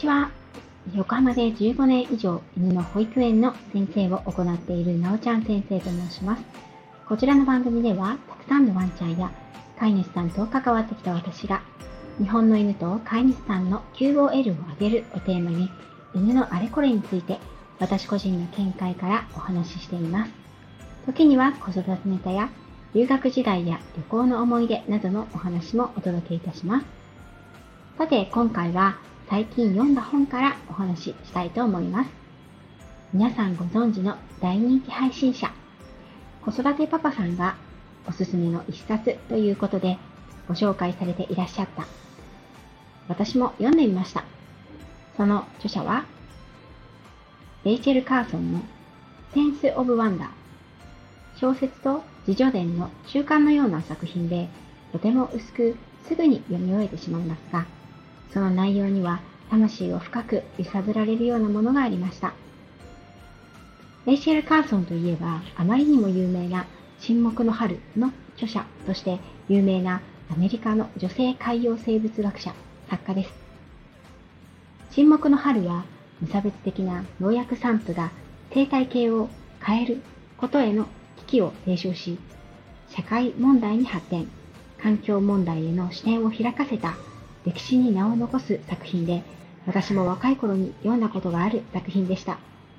ちは。横浜で15年以上犬の保育園の先生を行っているなおちゃん先生と申します。こちらの番組では、たくさんのワンちゃんや飼い主さんと関わってきた私が、日本の犬と飼い主さんの QOL を上げるをテーマに、犬のあれこれについて、私個人の見解からお話ししています。時には子育てネタや、留学時代や旅行の思い出などのお話もお届けいたします。さて、今回は最近読んだ本からお話ししたいと思います。皆さんご存知の大人気配信者、子育てパパさんがおすすめの一冊ということでご紹介されていらっしゃった。私も読んでみました。その著者は、レイチェル・カーソンのセンス・オブ・ワンダー。小説と自叙伝の中間のような作品で、とても薄くすぐに読み終えてしまいますが、その内容には魂を深く揺さぶられるようなものがありました。レイチェル・カーソンといえば、あまりにも有名な沈黙の春の著者として有名なアメリカの女性海洋生物学者、作家です。沈黙の春は無差別的な農薬散布が生態系を変えることへの危機を提唱し、社会問題に発展、環境問題への視点を開かせた歴史に名を残す作品で、私も若い頃に読んだことがある作品でした。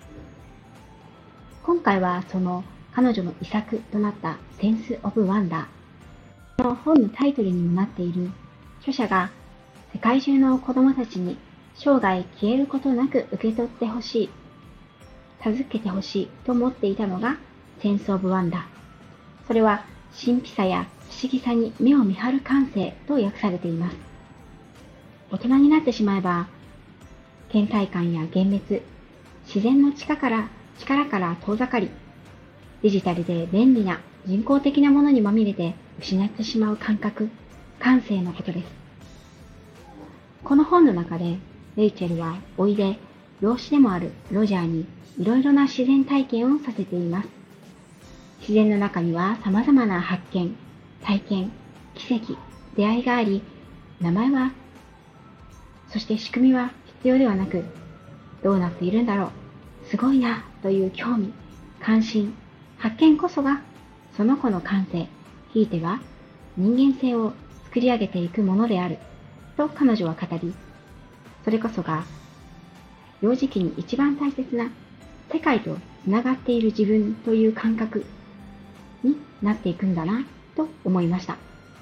今回はその彼女の遺作となったセンス・オブ・ワンダー。この本のタイトルにもなっている著者が世界中の子供たちに生涯消えることなく受け取ってほしい、授けてほしいと思っていたのがセンス・オブ・ワンダー。それは神秘さや不思議さに目を見張る感性と訳されています。大人になってしまえば、倦怠感や幻滅、自然の力から遠ざかり、デジタルで便利な人工的なものにまみれて失ってしまう感性のことです。この本の中で、レイチェルは甥いで養子でもあるロジャーにいろいろな自然体験をさせています。自然の中には様々な発見、体験、奇跡、出会いがあり、名前は、そして仕組みは必要ではなく、どうなっているんだろう、すごいな、という興味、関心、発見こそが、その子の感性、ひいては人間性を作り上げていくものである、と彼女は語り、それこそが、幼児期に一番大切な世界とつながっている自分という感覚になっていくんだな、と思いました。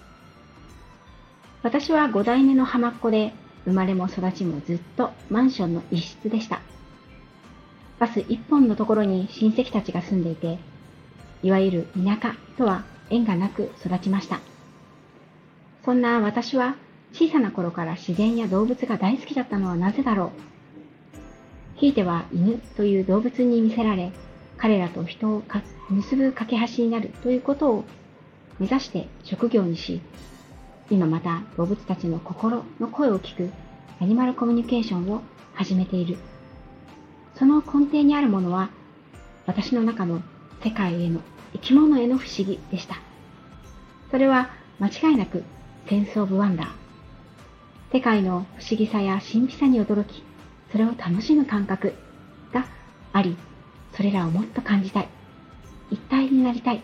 私は5代目の浜っ子で、生まれも育ちもずっとマンションの一室でした。バス一本のところに親戚たちが住んでいて、いわゆる田舎とは縁がなく育ちました。そんな私は小さな頃から自然や動物が大好きだったのはなぜだろう。ひいては犬という動物に魅せられ、彼らと人を結ぶ架け橋になるということを目指して職業にし、今また動物たちの心の声を聞くアニマルコミュニケーションを始めている。その根底にあるものは、私の中の世界への生き物への不思議でした。それは間違いなくセンス・オブ・ワンダー。世界の不思議さや神秘さに驚き、それを楽しむ感覚があり、それらをもっと感じたい。一体になりたい。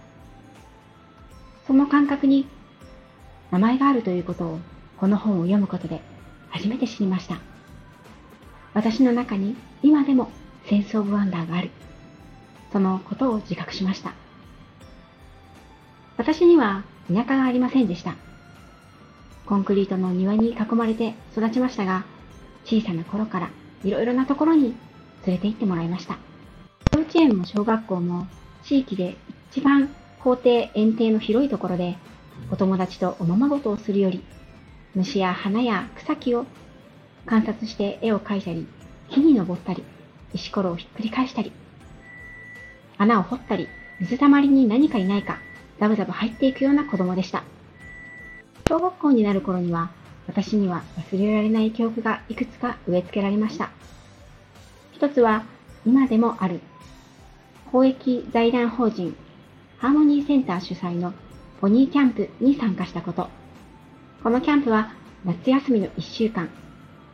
その感覚に名前があるということをこの本を読むことで初めて知りました。私の中に今でもセンス・オブ・ワンダーがある。そのことを自覚しました。私には田舎がありませんでした。コンクリートの庭に囲まれて育ちましたが、小さな頃からいろいろなところに連れて行ってもらいました。幼稚園も小学校も地域で一番校庭園庭の広いところで、お友達とおままごとをするより、虫や花や草木を観察して絵を描いたり、木に登ったり、石ころをひっくり返したり、穴を掘ったり、水たまりに何かいないか、ザブザブ入っていくような子供でした。小学校になる頃には、私には忘れられない記憶がいくつか植え付けられました。一つは、今でもある、公益財団法人ハーモニーセンター主催のポニーキャンプに参加したこと。このキャンプは夏休みの1週間、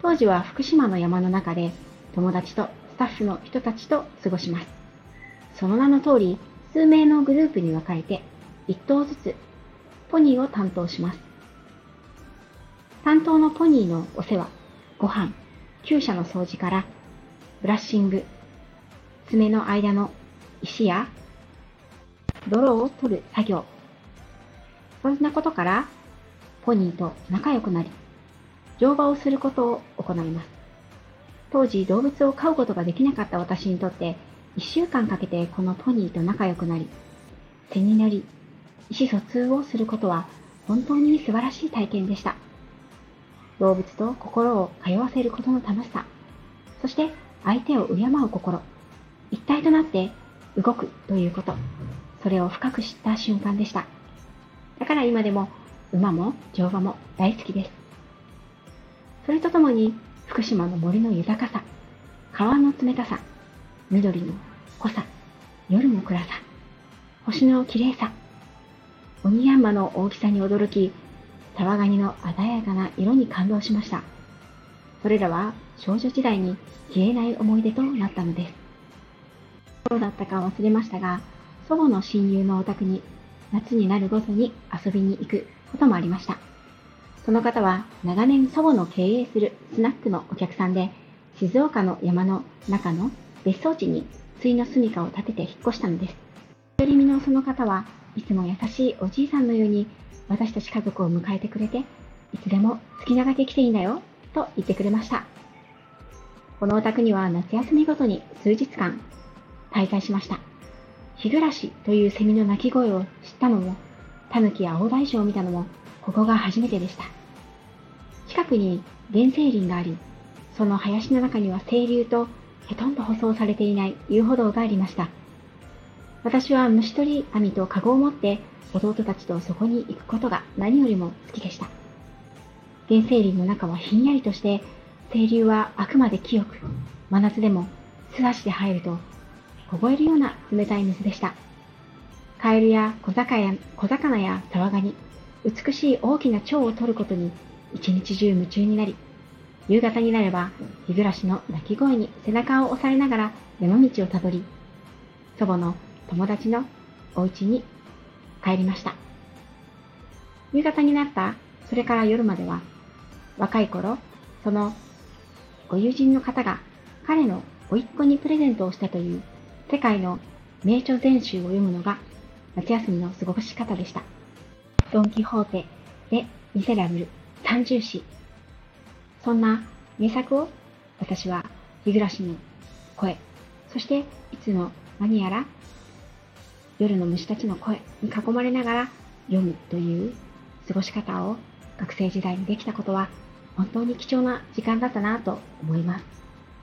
当時は福島の山の中で友達とスタッフの人たちと過ごします。その名の通り、数名のグループに分かれて1頭ずつポニーを担当します。担当のポニーのお世話、ご飯、厩舎の掃除からブラッシング、爪の間の石や泥を取る作業、そんなことからポニーと仲良くなり、乗馬をすることを行います。当時動物を飼うことができなかった私にとって1週間かけてこのポニーと仲良くなり、背になり、意思疎通をすることは本当に素晴らしい体験でした。動物と心を通わせることの楽しさ、そして相手を敬う心、一体となって動くということ、それを深く知った瞬間でした。だから今でも馬も乗馬も大好きです。それとともに福島の森の豊かさ、川の冷たさ、緑の濃さ、夜の暗さ、星の綺麗さ、オニヤンマの大きさに驚き、サワガニの鮮やかな色に感動しました。それらは少女時代に消えない思い出となったのです。どうだったか忘れましたが、祖母の親友のお宅に夏になるごとに遊びに行くこともありました。その方は長年祖母の経営するスナックのお客さんで、静岡の山の中の別荘地に対の住処を建てて引っ越したのです。独り身のその方はいつも優しいおじいさんのように私たち家族を迎えてくれて、いつでも好きなだけ来ていいんだよと言ってくれました。このお宅には夏休みごとに数日間滞在しました。日暮というセミの鳴き声を知ったのも、タヌキや大大将を見たのも、ここが初めてでした。近くに原生林があり、その林の中には清流とほとんど舗装されていない遊歩道がありました。私は虫取り網とカゴを持って弟たちとそこに行くことが何よりも好きでした。原生林の中はひんやりとして、清流はあくまで清く、真夏でも素足で入ると凍えるような冷たい水でした。カエルや小魚やサワガニ、美しい大きな蝶を取ることに一日中夢中になり、夕方になれば日暮の鳴き声に背中を押されながら山道をたどり、祖母の友達のお家に帰りました。夕方になったそれから夜までは、若い頃、そのご友人の方が彼の甥っ子にプレゼントをしたという世界の名著全集を読むのが夏休みの過ごし方でした。ドン・キホーテ、レ・ミゼラブル、三銃士。そんな名作を私は日暮の声、そしていつの間にやら夜の虫たちの声に囲まれながら読むという過ごし方を学生時代にできたことは本当に貴重な時間だったなと思います。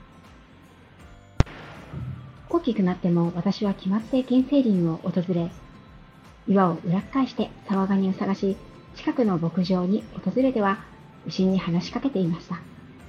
大きくなっても私は決まって原生林を訪れ、岩を裏返してサワガニを探し、近くの牧場に訪れては牛に話しかけていました。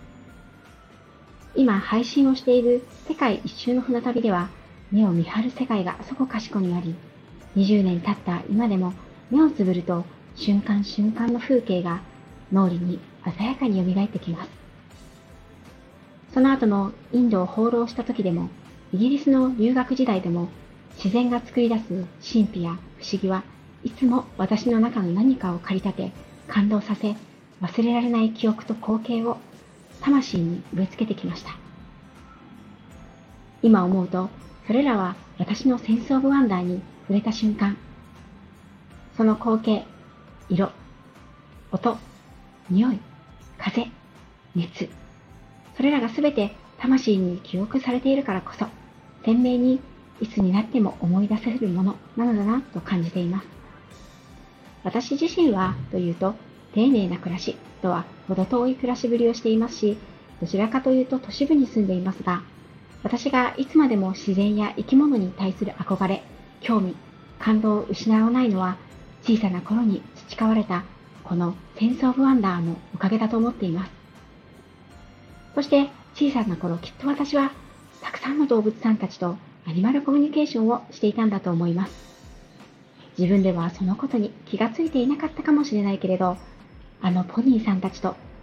今配信をしている世界一周の船旅では、目を見張る世界がそこかしこにあり、20年経った今でも目をつぶると瞬間瞬間の風景が脳裏に鮮やかに蘇ってきます。その後のインドを放浪した時でも、イギリスの留学時代でも、自然が作り出す神秘や不思議はいつも私の中の何かを駆り立て、感動させ、忘れられない記憶と光景を魂に植え付けてきました。今思うと、それらは私のセンスオブワンダーに触れた瞬間、その光景、色、音、匂い、風、熱、それらがすべて魂に記憶されているからこそ、鮮明にいつになっても思い出せるものなのだなと感じています。私自身はというと、丁寧な暮らしとは程遠い暮らしぶりをしていますし、どちらかというと都市部に住んでいますが、私がいつまでも自然や生き物に対する憧れ、興味、感動を失わないのは、小さな頃に培われたこのセンスオブワンダーのおかげだと思っています。そして小さな頃きっと私はたくさんの動物さんたちとアニマルコミュニケーションをしていたんだと思います。自分ではそのことに気がついていなかったかもしれないけれど、あのポニーさんたちと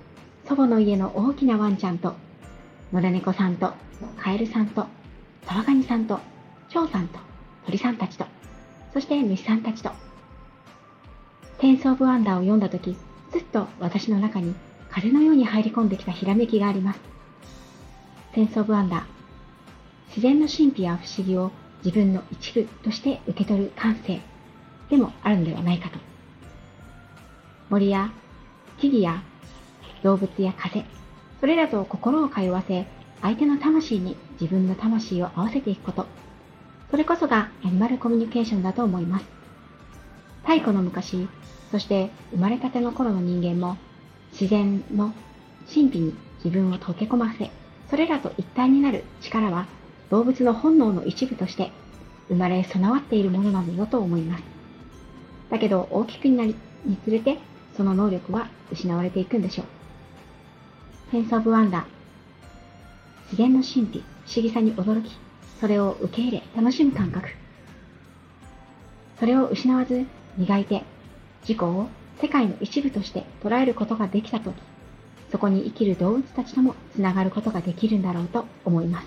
祖母の家の大きなワンちゃんと、野良猫さんと、カエルさんと、サワガニさんと、蝶さんと、鳥さんたちと、そして虫さんたちと。テンス・オブ・ワンダーを読んだとき、ずっと私の中に風のように入り込んできたひらめきがあります。テンス・オブ・ワンダー、自然の神秘や不思議を自分の一部として受け取る感性でもあるのではないかと。森や木々や動物や風、それらと心を通わせ、相手の魂に自分の魂を合わせていくこと、それこそがアニマルコミュニケーションだと思います。太古の昔、そして生まれたての頃の人間も、自然の神秘に自分を溶け込ませ、それらと一体になる力は動物の本能の一部として生まれ備わっているものなのだと思います。だけど大きくなるにつれてその能力は失われていくんでしょう。センス・オブ・ワンダー、自然の神秘、不思議さに驚き、それを受け入れ楽しむ感覚。それを失わず磨いて自己を世界の一部として捉えることができたとき、そこに生きる動物たちともつながることができるんだろうと思います。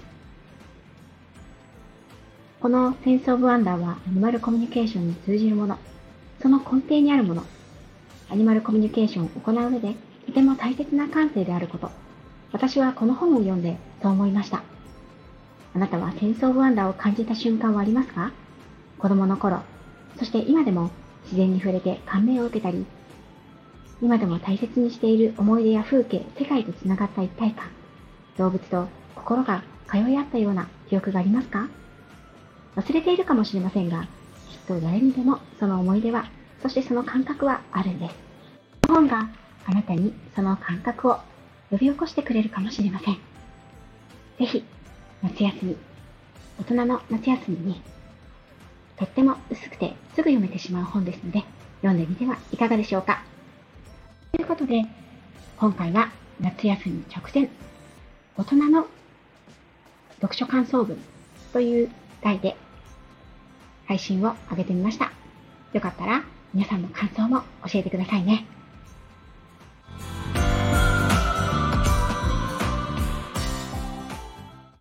このセンス・オブ・ワンダーはアニマルコミュニケーションに通じるもの、その根底にあるもの、アニマルコミュニケーションを行う上でとても大切な感性であること、私はこの本を読んでそう思いました。あなたはセンス・オブ・ワンダーを感じた瞬間はありますか？子供の頃、そして今でも自然に触れて感銘を受けたり、今でも大切にしている思い出や風景、世界とつながった一体感、動物と心が通い合ったような記憶がありますか？忘れているかもしれませんが、きっと誰にでもその思い出は、そしてその感覚はあるんです。この本があなたにその感覚を呼び起こしてくれるかもしれません。ぜひ、夏休み、大人の夏休みに、とっても薄くてすぐ読めてしまう本ですので、読んでみてはいかがでしょうか。ということで、今回は夏休み直前、大人の読書感想文という題で配信を上げてみました。よかったら皆さんの感想も教えてくださいね。